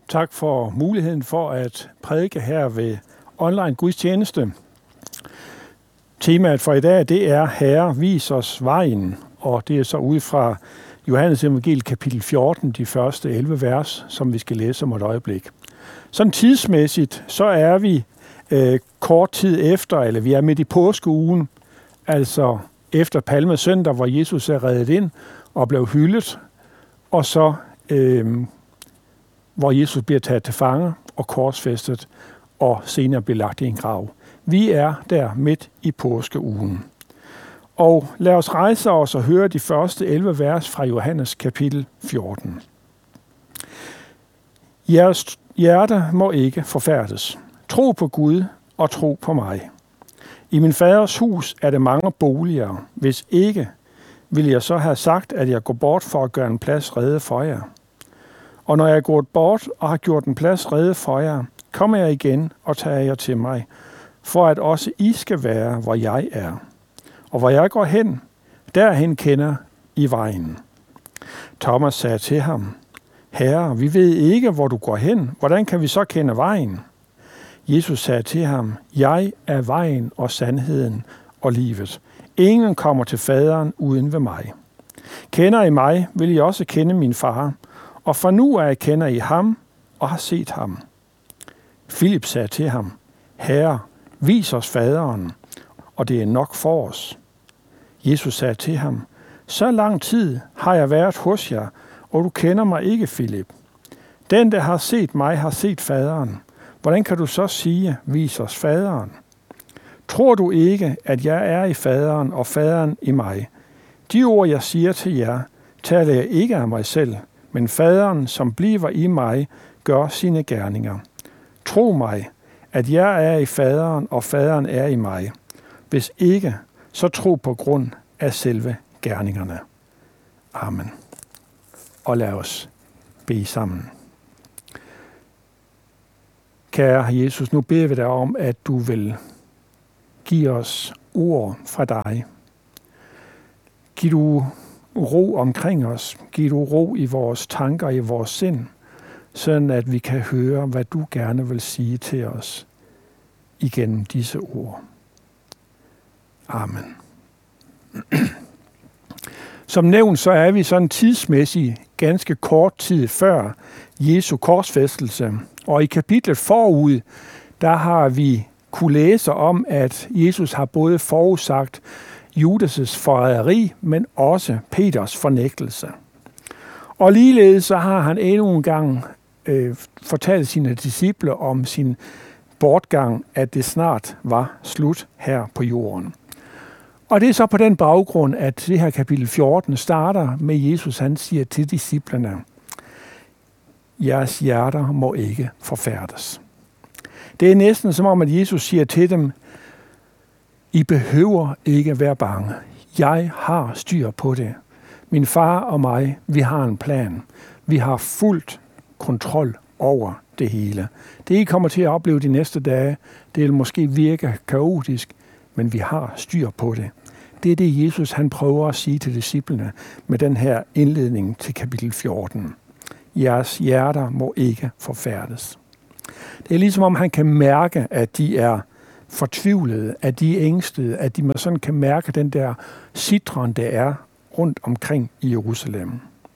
Tak for muligheden for at prædike her ved online gudstjeneste. Temaet for i dag, det er Herre, vis os vejen, og det er så ud fra Johannes Evangeliet kapitel 14, de første 11 vers, som vi skal læse om et øjeblik. Sådan tidsmæssigt, så er vi kort tid efter, eller vi er midt i påskeugen, altså efter Palmesøndag, hvor Jesus er reddet ind og blev hyldet, og så hvor Jesus bliver taget til fange og korsfæstet, og senere bliver lagt i en grav. Vi er der midt i påskeugen. Og lad os rejse os og høre de første 11 vers fra Johannes kapitel 14. Jeres hjerte må ikke forfærdes. Tro på Gud og tro på mig. I min faders hus er det mange boliger. Hvis ikke, vil jeg så have sagt, at jeg går bort for at gøre en plads rede for jer. Og når jeg er gået bort og har gjort en plads rede for jer, kommer jeg igen og tager jer til mig, for at også I skal være, hvor jeg er. Og hvor jeg går hen, derhen kender I vejen. Thomas sagde til ham, Herre, vi ved ikke, hvor du går hen. Hvordan kan vi så kende vejen? Jesus sagde til ham, jeg er vejen og sandheden og livet. Ingen kommer til faderen uden ved mig. Kender I mig, vil I også kende min far. Og fra nu af kender I ham og har set ham. Filip sagde til ham, Herre, vis os faderen, og det er nok for os. Jesus sagde til ham, så lang tid har jeg været hos jer, og du kender mig ikke, Filip. Den, der har set mig, har set faderen. Hvordan kan du så sige, vis os faderen? Tror du ikke, at jeg er i faderen, og faderen i mig? De ord, jeg siger til jer, taler jeg ikke af mig selv, men faderen, som bliver i mig, gør sine gerninger. Tro mig, at jeg er i faderen, og faderen er i mig. Hvis ikke, så tro på grund af selve gerningerne. Amen. Og lad os bede sammen. Kære Jesus, nu beder vi dig om, at du vil give os ord fra dig. Giv du ro omkring os. Giv du ro i vores tanker, i vores sind, sådan at vi kan høre, hvad du gerne vil sige til os igennem disse ord. Amen. Som nævnt, så er vi sådan tidsmæssigt ganske kort tid før Jesu korsfæstelse. Og i kapitlet forud, der har vi kunne læse om, at Jesus har både forudsagt Judas' forræderi, men også Peters fornægtelse. Og ligeledes så har han endnu en gang fortalt sine disciple om sin bortgang, at det snart var slut her på jorden. Og det er så på den baggrund, at det her kapitel 14 starter med Jesus, han siger til disciplene, jeres hjerter må ikke forfærdes. Det er næsten som om, at Jesus siger til dem, I behøver ikke være bange. Jeg har styr på det. Min far og mig, vi har en plan. Vi har fuldt kontrol over det hele. Det, I kommer til at opleve de næste dage, det vil måske virke kaotisk, men vi har styr på det. Det er det, Jesus han prøver at sige til disciplene med den her indledning til kapitel 14. Jeres hjerter må ikke forfærdes. Det er ligesom om han kan mærke, at de er fortvivlede, at de er ængstede, at de sådan kan mærke den der sitren, der er rundt omkring i Jerusalem.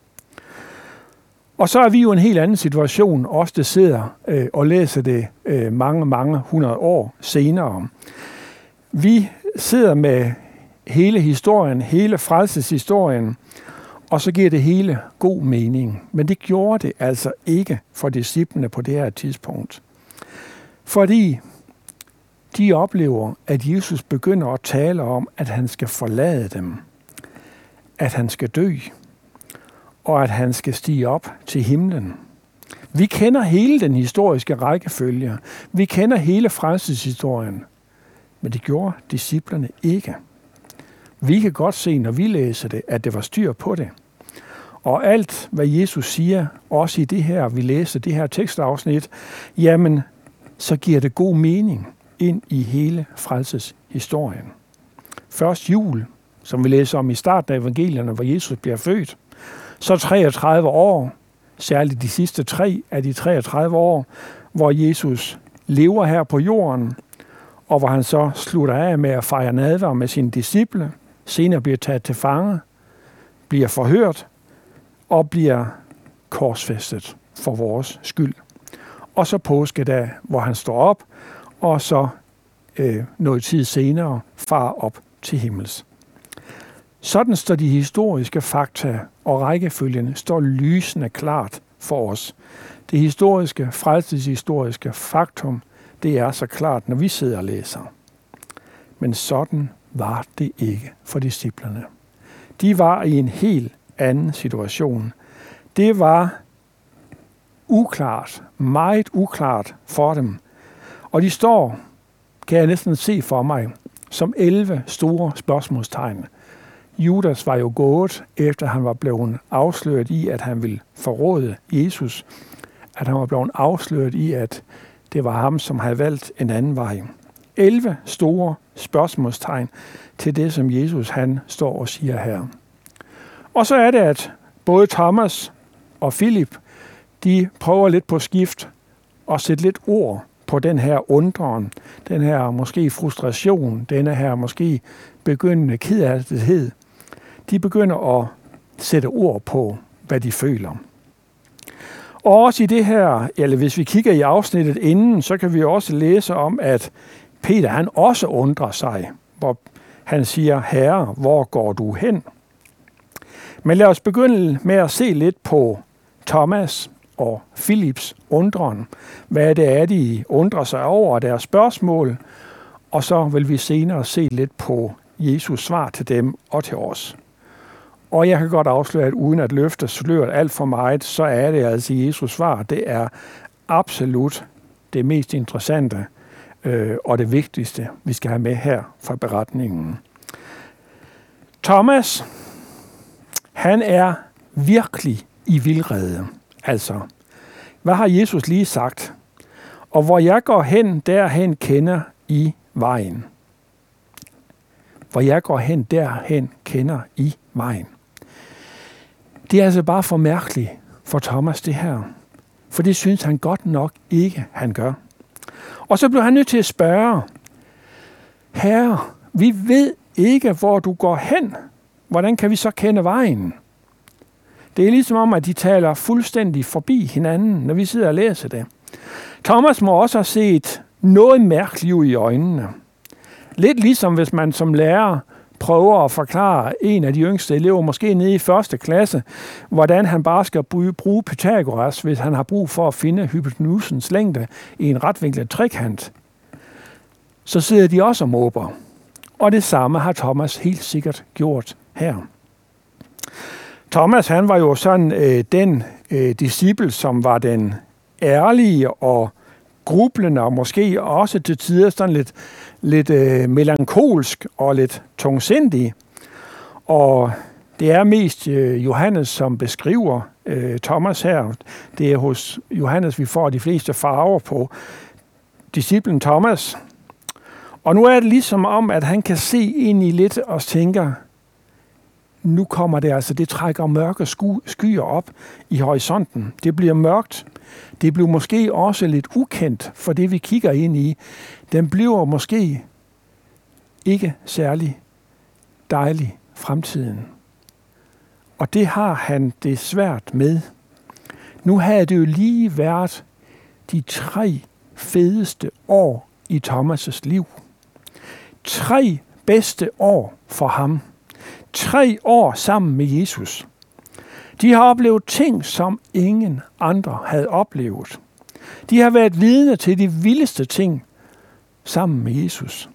Og så er vi jo i en helt anden situation, os der sidder og læser det mange hundrede år senere. Vi sidder med hele historien, hele frelseshistorien, og så giver det hele god mening. Men det gjorde det altså ikke for disciplene på det her tidspunkt. Fordi de oplever, at Jesus begynder at tale om, at han skal forlade dem, at han skal dø, og at han skal stige op til himlen. Vi kender hele den historiske rækkefølge. Vi kender hele frelseshistorien. Men det gjorde disciplene ikke. Vi kan godt se, når vi læser det, at det var styr på det. Og alt, hvad Jesus siger, også i det her, vi læser det her tekstafsnit, jamen, så giver det god mening ind i hele frelseshistorien. Først jul, som vi læser om i starten af evangelierne, hvor Jesus bliver født. Så 33 år, særligt de sidste 3 af de 33 år, hvor Jesus lever her på jorden, og hvor han så slutter af med at fejre nadvær med sine disciple, senere bliver taget til fange, bliver forhørt og bliver korsfæstet for vores skyld. Og så påskedag, hvor han står op, og så noget tid senere farer op til himmels. Sådan står de historiske fakta, og rækkefølgen står lysende klart for os. Det historiske, frelseshistoriske faktum, det er så klart, når vi sidder og læser. Men sådan var det ikke for disciplerne. De var i en helt anden situation. Det var uklart, meget uklart for dem. Og de står, kan jeg næsten se for mig, som 11 store spørgsmålstegn. Judas var jo gået, efter han var blevet afsløret i, at han ville forråde Jesus. At han var blevet afsløret i, at det var ham, som havde valgt en anden vej. 11 store spørgsmålstegn til det, som Jesus han står og siger her. Og så er det, at både Thomas og Filip, de prøver lidt på skift og sætte lidt ord på den her undren, den her måske frustration, denne her måske begyndende kederlighed. De begynder at sætte ord på, hvad de føler. Og også i det her, eller hvis vi kigger i afsnittet inden, så kan vi også læse om, at Peter han også undrer sig, hvor han siger, Herre, hvor går du hen? Men lad os begynde med at se lidt på Thomas og Filips undren. Hvad det er, de undrer sig over deres spørgsmål, og så vil vi senere se lidt på Jesus svar til dem og til os. Og jeg kan godt afsløre, at uden at løfte sløret alt for meget, så er det altså Jesus svar. Det er absolut det mest interessante og det vigtigste, vi skal have med her fra beretningen. Thomas, han er virkelig i vildrede. Altså, hvad har Jesus lige sagt? Og hvor jeg går hen, derhen kender I vejen. Hvor jeg går hen, derhen kender I vejen. Det er altså bare for mærkeligt for Thomas det her. For det synes han godt nok ikke, han gør. Og så blev han nødt til at spørge, Herre, vi ved ikke, hvor du går hen. Hvordan kan vi så kende vejen? Det er ligesom om, at de taler fuldstændig forbi hinanden, når vi sidder og læser det. Thomas må også have set noget mærkeligt ud i øjnene. Lidt ligesom hvis man som lærer prøver at forklare en af de yngste elever, måske nede i 1. klasse, hvordan han bare skal bruge Pythagoras, hvis han har brug for at finde hypotenusens længde i en retvinklet trekant. Så sidder de også og måber. Og det samme har Thomas helt sikkert gjort her. Thomas, han var jo sådan den disciple, som var den ærlige og grublende, og måske også til tider sådan lidt melankolsk og lidt tungsindig. Og det er mest Johannes, som beskriver Thomas her. Det er hos Johannes, vi får de fleste farver på disciplen Thomas. Og nu er det ligesom om, at han kan se ind i lidt og tænker, nu kommer det altså, det trækker mørke skyer op i horisonten. Det bliver mørkt. Det bliver måske også lidt ukendt for det, vi kigger ind i. Den bliver måske ikke særlig dejlig fremtiden. Og det har han det svært med. Nu havde det jo lige været de 3 fedeste år i Thomas' liv. 3 bedste år for ham. 3 år sammen med Jesus. De har oplevet ting, som ingen andre havde oplevet. De har været vidne til de vildeste ting sammen med Jesus.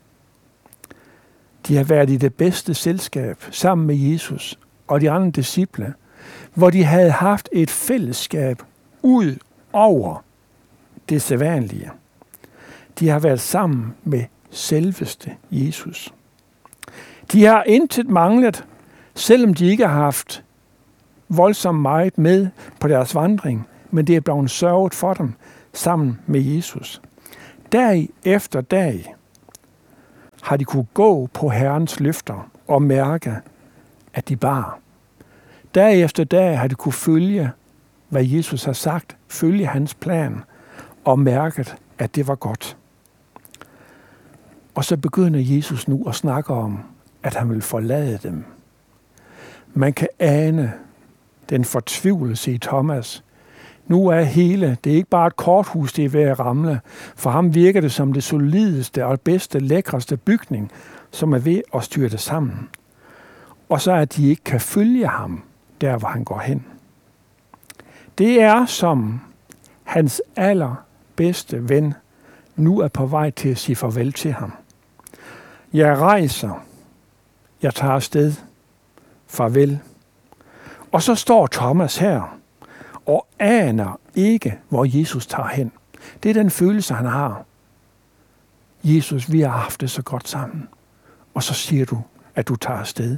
De har været i det bedste selskab sammen med Jesus og de andre disciple, hvor de havde haft et fællesskab ud over det sædvanlige. De har været sammen med selveste Jesus. De har intet manglet, selvom de ikke har haft voldsomt meget med på deres vandring, men det er blevet sørget for dem sammen med Jesus. Dag efter dag har de kunne gå på Herrens løfter og mærke, at de bar. Dag efter dag har de kunne følge hvad Jesus har sagt, følge hans plan og mærket, at det var godt. Og så begynder Jesus nu at snakke om, at han vil forlade dem. Man kan ane den fortvivlelse i Thomas. Nu er det er ikke bare et korthus, det er ved at ramle. For ham virker det som det solideste og bedste, lækreste bygning, som er ved at styrte sammen. Og så at de ikke kan følge ham, der hvor han går hen. Det er som hans allerbedste ven nu er på vej til at sige farvel til ham. Jeg rejser. Jeg tager afsted. Farvel. Og så står Thomas her og aner ikke, hvor Jesus tager hen. Det er den følelse, han har. Jesus, vi har haft det så godt sammen. Og så siger du, at du tager afsted.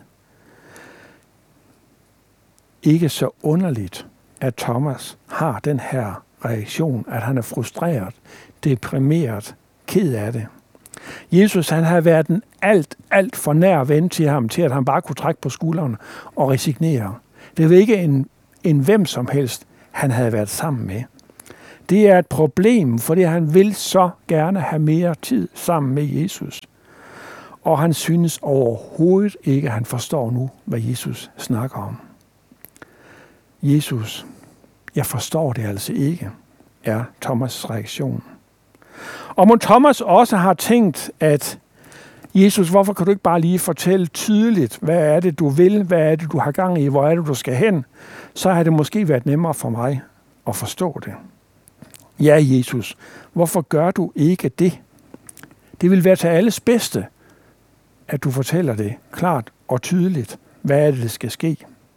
Ikke så underligt, at Thomas har den her reaktion, at han er frustreret, deprimeret, ked af det. Jesus, han havde været en alt for nær ven til ham, til at han bare kunne trække på skulderen og resignere. Det var ikke en hvem som helst, han havde været sammen med. Det er et problem, fordi han vil så gerne have mere tid sammen med Jesus. Og han synes overhovedet ikke, at han forstår nu, hvad Jesus snakker om. Jesus, jeg forstår det altså ikke, er Thomas' reaktion. Og må Thomas også har tænkt, at Jesus, hvorfor kan du ikke bare lige fortælle tydeligt, hvad er det, du vil, hvad er det, du har gang i, hvor er det, du skal hen, så har det måske været nemmere for mig at forstå det. Ja, Jesus, hvorfor gør du ikke det? Det vil være til alles bedste, at du fortæller det klart og tydeligt, hvad er det, der skal ske.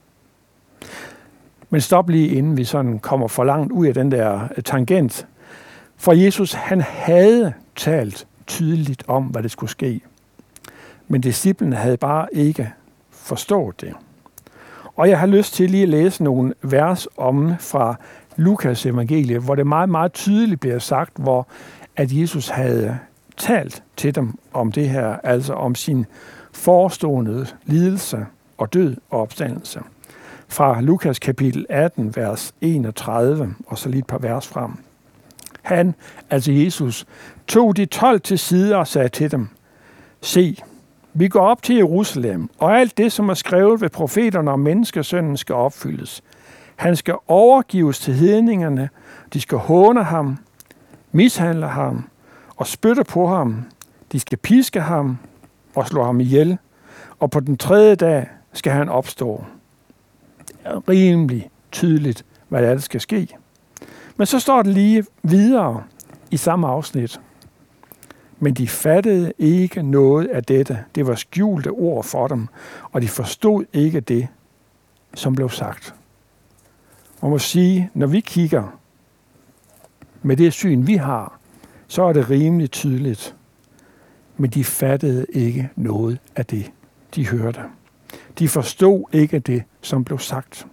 Men stop lige, inden vi sådan kommer for langt ud af den der tangent. For Jesus, han havde talt tydeligt om, hvad det skulle ske. Men disciplene havde bare ikke forstået det. Og jeg har lyst til lige at læse nogle vers om fra Lukas evangeliet, hvor det meget, meget tydeligt bliver sagt, hvor at Jesus havde talt til dem om det her, altså om sin forestående lidelse og død og opstandelse. Fra Lukas kapitel 18, vers 31, og så lige et par vers frem. Han, altså Jesus, tog de 12 til side og sagde til dem, se, vi går op til Jerusalem, og alt det, som er skrevet ved profeterne om menneskesønnen, skal opfyldes. Han skal overgives til hedningerne, de skal håne ham, mishandle ham og spytte på ham. De skal piske ham og slå ham ihjel, og på den 3. dag skal han opstå. Det er rimelig tydeligt, hvad der skal ske. Men så står det lige videre i samme afsnit. Men de fattede ikke noget af dette. Det var skjulte ord for dem, og de forstod ikke det, som blev sagt. Man må sige, når vi kigger med det syn, vi har, så er det rimelig tydeligt. Men de fattede ikke noget af det, de hørte. De forstod ikke det, som blev sagt.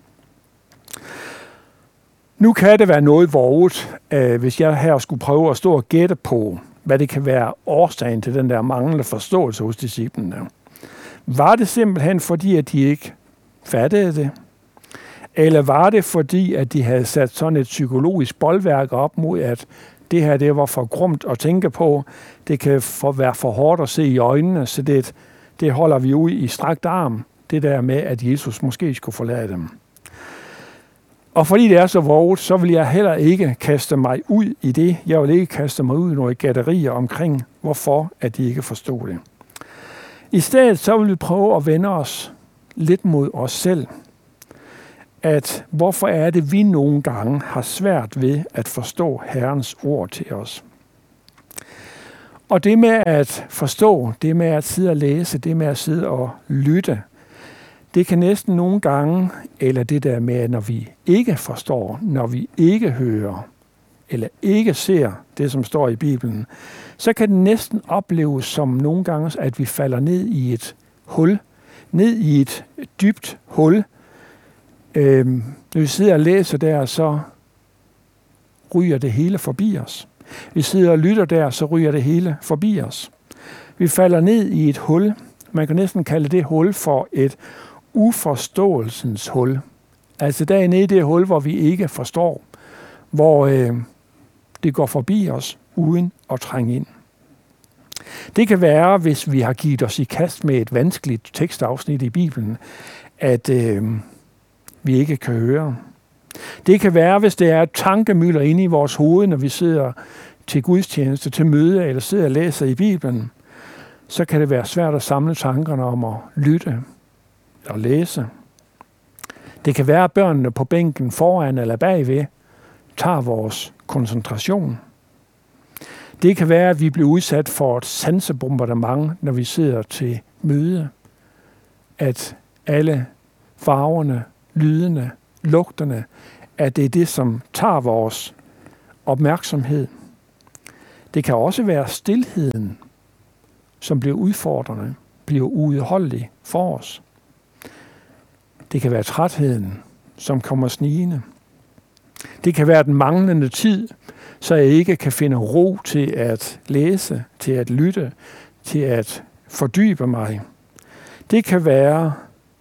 Nu kan det være noget våget, hvis jeg her skulle prøve at stå og gætte på, hvad det kan være årsagen til den der manglende forståelse hos disciplene. Var det simpelthen fordi, at de ikke fattede det? Eller var det fordi, at de havde sat sådan et psykologisk boldværk op mod, at det her det var for grumt at tænke på, det kan være for hårdt at se i øjnene, så det holder vi ud i strakt arm, det der med, at Jesus måske skulle forlade dem. Og fordi det er så våget, så vil jeg heller ikke kaste mig ud i det. Jeg vil ikke kaste mig ud i nogle gætterier omkring, hvorfor at de ikke forstod det. I stedet så vil vi prøve at vende os lidt mod os selv. At hvorfor er det, vi nogle gange har svært ved at forstå Herrens ord til os. Og det med at forstå, det med at sidde og læse, det med at sidde og lytte, det kan næsten nogle gange, eller det der med, når vi ikke forstår, når vi ikke hører, eller ikke ser det, som står i Bibelen, så kan det næsten opleves som nogle gange, at vi falder ned i et hul, ned i et dybt hul. Når vi sidder og læser der, så ryger det hele forbi os. Vi sidder og lytter der, så ryger det hele forbi os. Vi falder ned i et hul. Man kan næsten kalde det hul for et uforståelsens hul. Altså der er nede i det hul, hvor vi ikke forstår, hvor det går forbi os uden at trænge ind. Det kan være, hvis vi har givet os i kast med et vanskeligt tekstafsnit i Bibelen, at vi ikke kan høre. Det kan være, hvis det er et tankemylder inde i vores hoved, når vi sidder til gudstjeneste, til møde eller sidder og læser i Bibelen, så kan det være svært at samle tankerne om at lytte og læse. Det kan være, at børnene på bænken foran eller bagved tager vores koncentration. Det kan være, at vi bliver udsat for et sansebombardement, når vi sidder til møde. At alle farverne, lydene, lugterne, at det er det, som tager vores opmærksomhed. Det kan også være stilheden, som bliver udfordrende, bliver uudholdelig for os. Det kan være trætheden, som kommer snigende. Det kan være den manglende tid, så jeg ikke kan finde ro til at læse, til at lytte, til at fordybe mig. Det kan være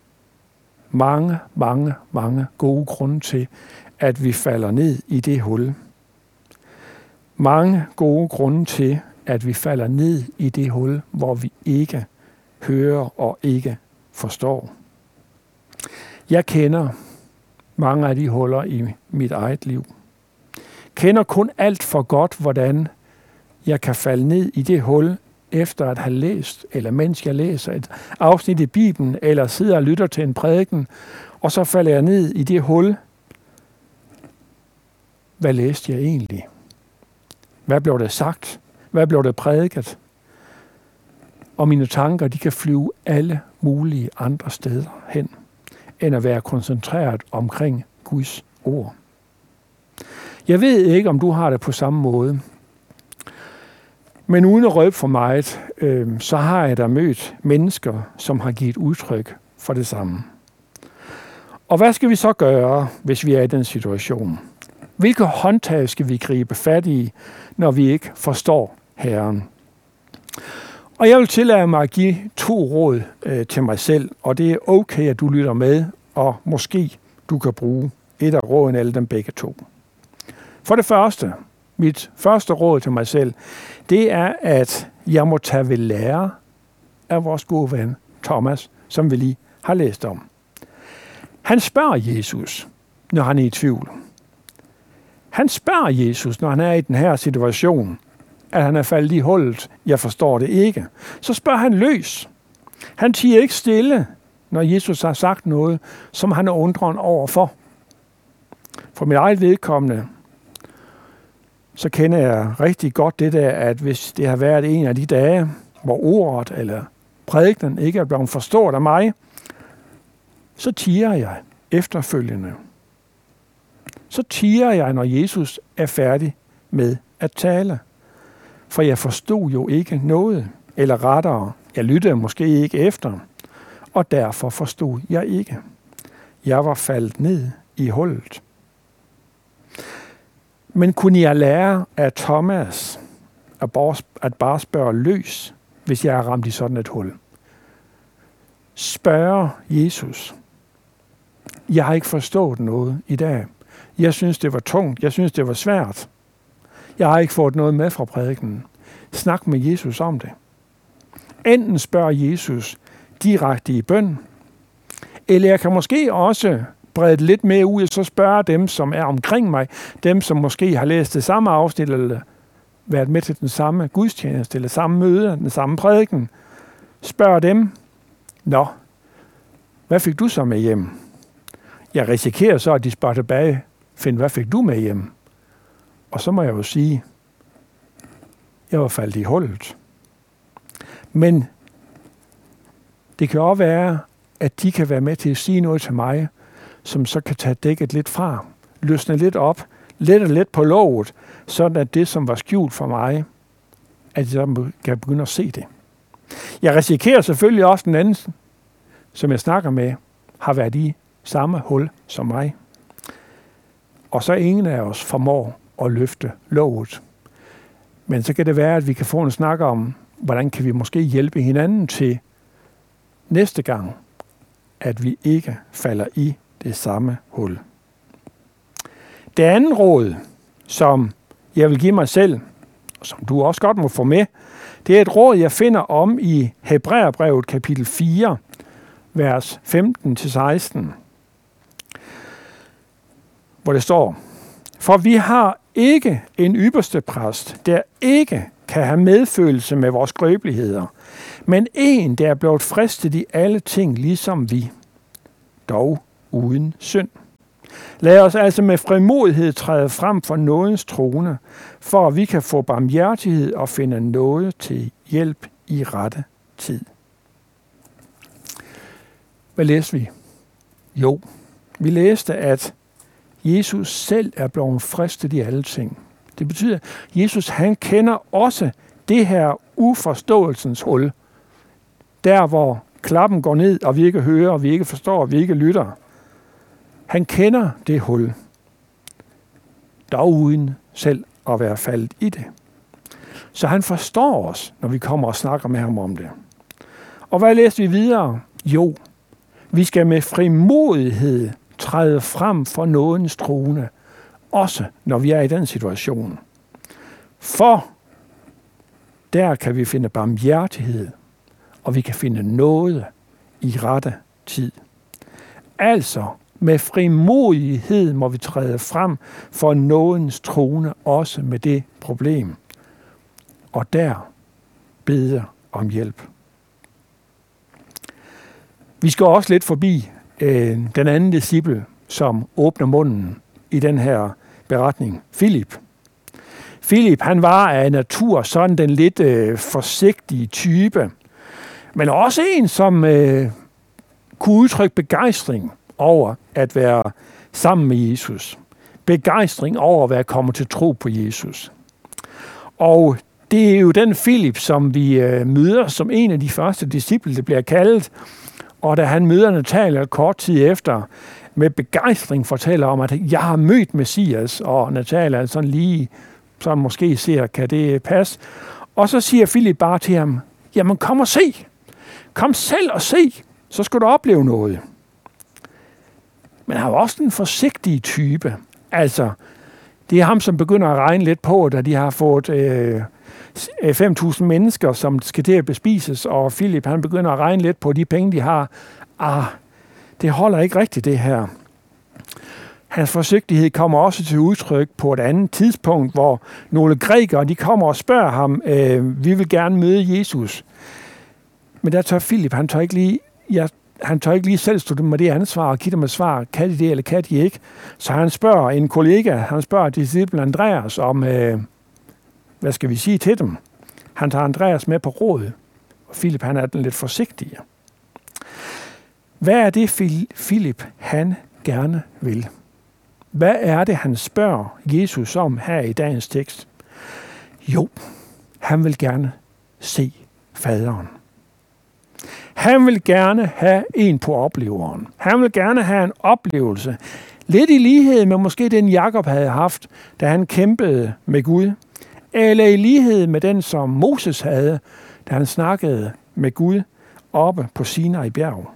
mange gode grunde til, at vi falder ned i det hul. Mange gode grunde til, at vi falder ned i det hul, hvor vi ikke hører og ikke forstår. Jeg kender mange af de huller i mit eget liv. Kender kun alt for godt, hvordan jeg kan falde ned i det hul, efter at have læst, eller mens jeg læser et afsnit i Bibelen, eller sidder og lytter til en prædiken, og så falder jeg ned i det hul. Hvad læste jeg egentlig? Hvad blev det sagt? Hvad blev det prædiket? Og mine tanker, de kan flyve alle mulige andre steder hen, end at være koncentreret omkring Guds ord. Jeg ved ikke, om du har det på samme måde, men uden at røbe for meget, så har jeg da mødt mennesker, som har givet udtryk for det samme. Og hvad skal vi så gøre, hvis vi er i den situation? Hvilke håndtag skal vi gribe fat i, når vi ikke forstår Herren? Og jeg vil tillade mig at give 2 råd til mig selv, og det er okay, at du lytter med, og måske du kan bruge et af rådene eller dem begge 2. For det første, mit første råd til mig selv, det er, at jeg må tage ved lære af vores gode ven Thomas, som vi lige har læst om. Han spørger Jesus, når han er i tvivl. Han spørger Jesus, når han er i den her situation, at han er faldet i hullet. Jeg forstår det ikke. Så spørger han løs. Han tiger ikke stille, når Jesus har sagt noget, som han er undren overfor. For mit eget vedkommende, så kender jeg rigtig godt det der, at hvis det har været en af de dage, hvor ordet eller prædikenen ikke er blevet forstået af mig, så tiger jeg efterfølgende. Så tiger jeg, når Jesus er færdig med at tale. For jeg forstod jo ikke noget, eller rettere, jeg lyttede måske ikke efter, og derfor forstod jeg ikke. Jeg var faldet ned i hullet. Men kunne jeg lære af Thomas at bare spørge løs, hvis jeg er ramt i sådan et hul? Spørge Jesus. Jeg har ikke forstået noget i dag. Jeg synes, det var tungt. Jeg synes, det var svært. Jeg har ikke fået noget med fra prædikenen. Snak med Jesus om det. Enten spørg Jesus direkte i bøn, eller jeg kan måske også brede det lidt mere ud, og så spørge dem, som er omkring mig, dem, som måske har læst det samme afsnit, eller været med til den samme gudstjeneste, eller samme møde, den samme prædiken. Spørg dem, nå, hvad fik du så med hjem? Jeg risikerer så, at de spørger tilbage, Finn, hvad fik du med hjem? Og så må jeg jo sige, jeg var faldet i hullet. Men det kan også være, at de kan være med til at sige noget til mig, som så kan tage dækket lidt fra, løsne lidt op, lidt på låget, sådan at det, som var skjult for mig, at jeg kan begynde at se det. Jeg risikerer selvfølgelig også den anden, som jeg snakker med, har været i samme hul som mig. Og så ingen af os formår at løfte låget. Men så kan det være, at vi kan få en snak om, hvordan kan vi måske hjælpe hinanden til næste gang, at vi ikke falder i det samme hul. Det andet råd, som jeg vil give mig selv, og som du også godt må få med, det er et råd, jeg finder om i Hebræerbrevet kapitel 4, vers 15-16, hvor det står: For vi har ikke en ypperste præst, der ikke kan have medfølelse med vores skrøbeligheder, men en, der er blevet fristet i alle ting, ligesom vi, dog uden synd. Lad os altså med frimodighed træde frem for nådens trone, for at vi kan få barmhjertighed og finde nåde til hjælp i rette tid. Hvad læste vi? Jo, vi læste, at Jesus selv er blevet fristet i alle ting. Det betyder, at Jesus han kender også det her uforståelsens hul. Der, hvor klappen går ned, og vi ikke hører, og vi ikke forstår, og vi ikke lytter. Han kender det hul, dog uden selv at være faldet i det. Så han forstår os, når vi kommer og snakker med ham om det. Og hvad læser vi videre? Jo, vi skal med frimodighed træde frem for nådens trone, også når vi er i den situation. For der kan vi finde barmhjertighed, og vi kan finde nåde i rette tid. Altså, med frimodighed må vi træde frem for nådens trone, også med det problem. Og der bede om hjælp. Vi skal også lidt forbi den anden disciple, som åbner munden i den her beretning, Filip. Filip, han var af natur sådan den lidt forsigtige type, men også en, som kunne udtrykke begejstring over at være sammen med Jesus. Begejstring over at være kommet til tro på Jesus. Og det er jo den Filip, som vi møder som en af de første disciple, det bliver kaldet. Og da han møder Nathanael kort tid efter, med begejstring fortæller om, at jeg har mødt Messias, og Nathanael sådan lige, så måske ser, kan det passe. Og så siger Filip bare til ham, jamen kom og se. Kom selv og se, så skal du opleve noget. Men han er også den forsigtige type. Altså, det er ham, som begynder at regne lidt på, da de har fået 5.000 mennesker, som skal til at bespises, og Filip, han begynder at regne lidt på de penge, de har. Det holder ikke rigtigt, det her. Hans forsigtighed kommer også til udtryk på et andet tidspunkt, hvor nogle grækere, de kommer og spørger ham, vi vil gerne møde Jesus. Men der tør Filip, han tør ikke lige selv stå med det ansvar og give dem et svar, kan de det eller kan de ikke. Så han spørger en kollega, han spørger disciplen Andreas om, hvad skal vi sige til dem? Han tager Andreas med på råd, og Filip, han er den lidt forsigtige. Hvad er det, Filip, han gerne vil? Hvad er det, han spørger Jesus om her i dagens tekst? Jo, han vil gerne se faderen. Han vil gerne have en på opleveren. Han vil gerne have en oplevelse. Lidt i lighed med måske den Jakob havde haft, da han kæmpede med Gud. Eller i lighed med den, som Moses havde, da han snakkede med Gud oppe på Sinai bjerg.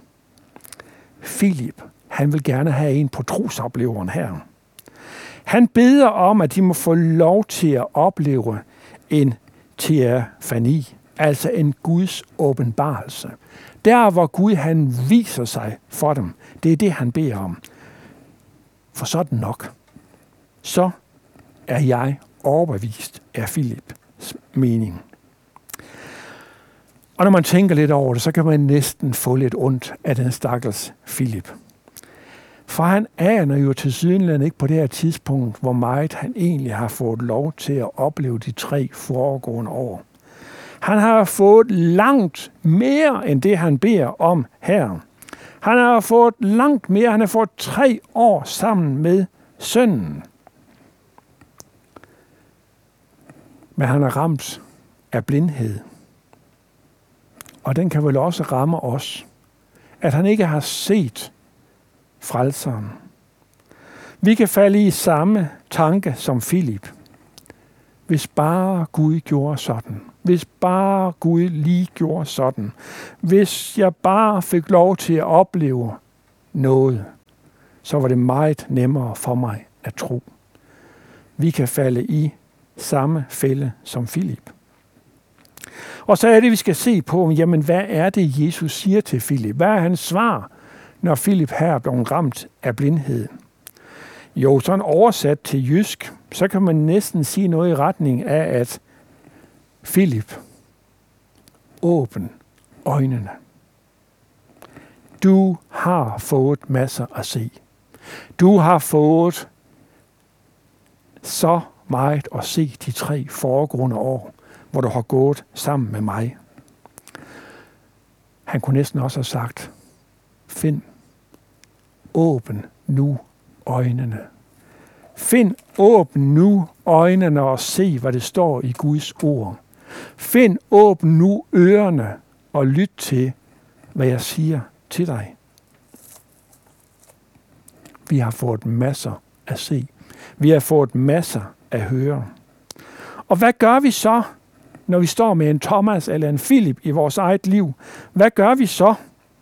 Filip, han vil gerne have en på trosopleveren her. Han beder om, at de må få lov til at opleve en teofani, altså en Guds åbenbarelse. Der, hvor Gud han viser sig for dem, det er det, han beder om. For sådan nok, så er jeg overbevist af Filips mening. Og når man tænker lidt over det, så kan man næsten få lidt ondt af den stakkels Filip. For han aner jo tilsyneladende ikke på det her tidspunkt, hvor meget han egentlig har fået lov til at opleve de 3 foregående år. Han har fået langt mere end det, han beder om her. Han har fået langt mere. Han har fået 3 år sammen med sønnen. Men han er ramt af blindhed. Og den kan vel også ramme os. At han ikke har set frelseren. Vi kan falde i samme tanke som Filip. Hvis bare Gud gjorde sådan. Hvis bare Gud lige gjorde sådan. Hvis jeg bare fik lov til at opleve noget, så var det meget nemmere for mig at tro. Vi kan falde i samme fælde som Filip. Og så er det, vi skal se på, jamen hvad er det, Jesus siger til Filip? Hvad er hans svar, når Filip her blev ramt af blindhed? Jo, sådan oversat til jysk, så kan man næsten sige noget i retning af, at Filip, åbn øjnene. Du har fået masser at se. Du har fået så meget at se de 3 foregående år, hvor du har gået sammen med mig. Han kunne næsten også have sagt, Finn, åbn nu øjnene. Find, åbn nu øjnene og se, hvad det står i Guds ord. Find, åbn nu ørerne og lyt til, hvad jeg siger til dig. Vi har fået masser at se. Vi har fået masser at høre. Og hvad gør vi så, når vi står med en Thomas eller en Filip i vores eget liv? Hvad gør vi så?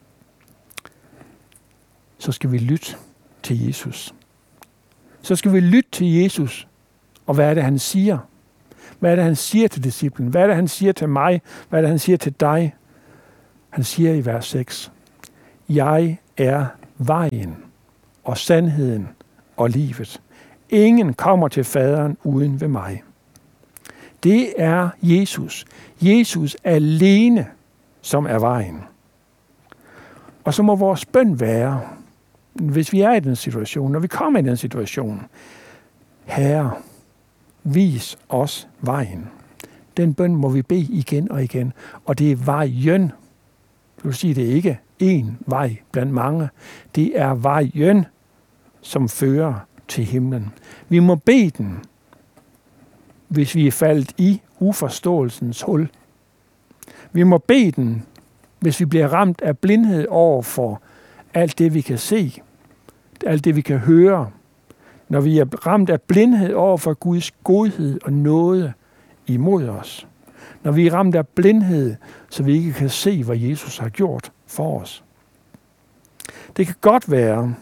Så skal vi lytte til Jesus. Så skal vi lytte til Jesus. Og hvad er det, han siger? Hvad er det, han siger til disciplen? Hvad er det, han siger til mig? Hvad er det, han siger til dig? Han siger i vers 6, jeg er vejen og sandheden og livet. Ingen kommer til faderen uden ved mig. Det er Jesus. Jesus alene, som er vejen. Og så må vores bøn være, hvis vi er i den situation, når vi kommer i den situation, Herre, vis os vejen. Den bøn må vi bede igen og igen, og det er vejen. Det vil sige, det er ikke én vej blandt mange. Det er vejen, som fører til himlen. Vi må bede den, hvis vi er faldet i uforståelsens hul. Vi må bede den, hvis vi bliver ramt af blindhed over for alt det, vi kan se, alt det, vi kan høre. Når vi er ramt af blindhed over for Guds godhed og nåde imod os. Når vi er ramt af blindhed, så vi ikke kan se, hvad Jesus har gjort for os. Det kan godt være,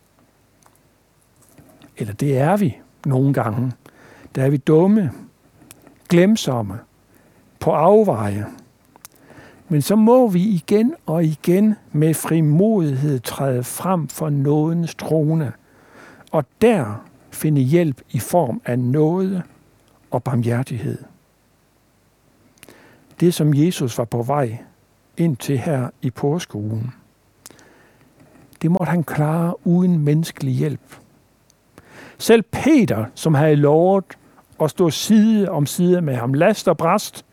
eller det er vi nogle gange, der er vi dumme, glemsomme, på afveje. Men så må vi igen og igen med frimodighed træde frem for nådens trone, og der finde hjælp i form af nåde og barmhjertighed. Det, som Jesus var på vej ind til her i påskeugen, det måtte han klare uden menneskelig hjælp. Selv Peter, som havde lovet at stå side om side med ham, last og brast,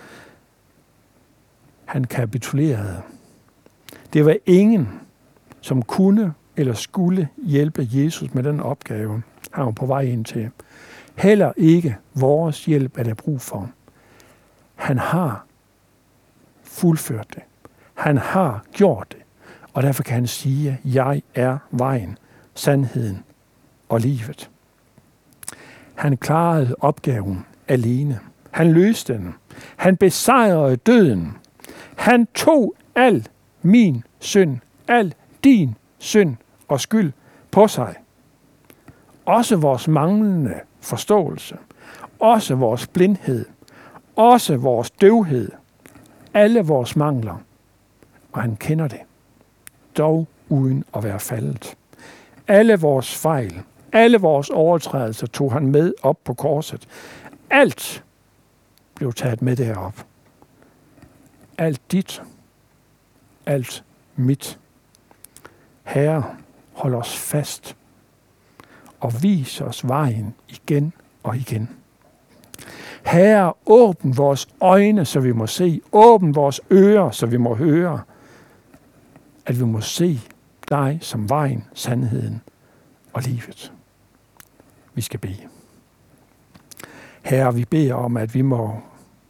han kapitulerede. Det var ingen, som kunne eller skulle hjælpe Jesus med den opgave, han var på vej ind til. Heller ikke vores hjælp er der brug for. Han har fuldført det. Han har gjort det. Og derfor kan han sige, jeg er vejen, sandheden og livet. Han klarede opgaven alene. Han løste den. Han besejrede døden. Han tog al min synd, al din synd og skyld på sig. Også vores manglende forståelse. Også vores blindhed. Også vores døvhed. Alle vores mangler. Og han kender det. Dog uden at være faldet. Alle vores fejl, alle vores overtrædelser tog han med op på korset. Alt blev taget med derop. Alt dit, alt mit. Herre, hold os fast og vis os vejen igen og igen. Herre, åbn vores øjne, så vi må se. Åbn vores ører, så vi må høre. At vi må se dig som vejen, sandheden og livet. Vi skal bede. Herre, vi beder om, at vi må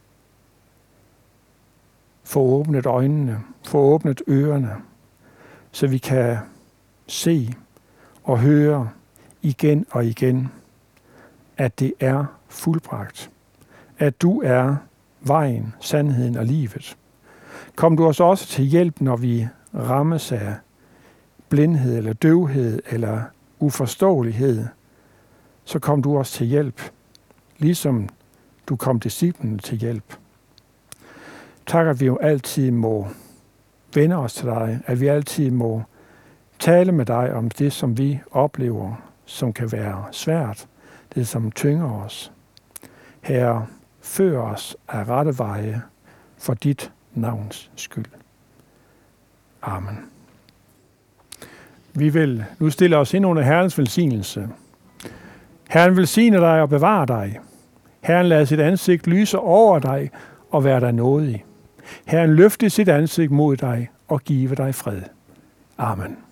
få åbnet øjnene, få åbnet ørerne, så vi kan se og høre igen og igen, at det er fuldbragt. At du er vejen, sandheden og livet. Kom du os også til hjælp, når vi rammes af blindhed eller døvhed eller uforståelighed, så kom du os til hjælp, ligesom du kom disciplene til hjælp. Tak, at vi jo altid må vende os til dig, at vi altid må tale med dig om det, som vi oplever, som kan være svært, det som tynger os. Herre, før os af rette veje for dit navns skyld. Amen. Vi vil nu stille os ind under Herrens velsignelse. Herren velsigne dig og bevare dig. Herren lader sit ansigt lyse over dig og være dig nådig. Herren løfte sit ansigt mod dig og give dig fred. Amen.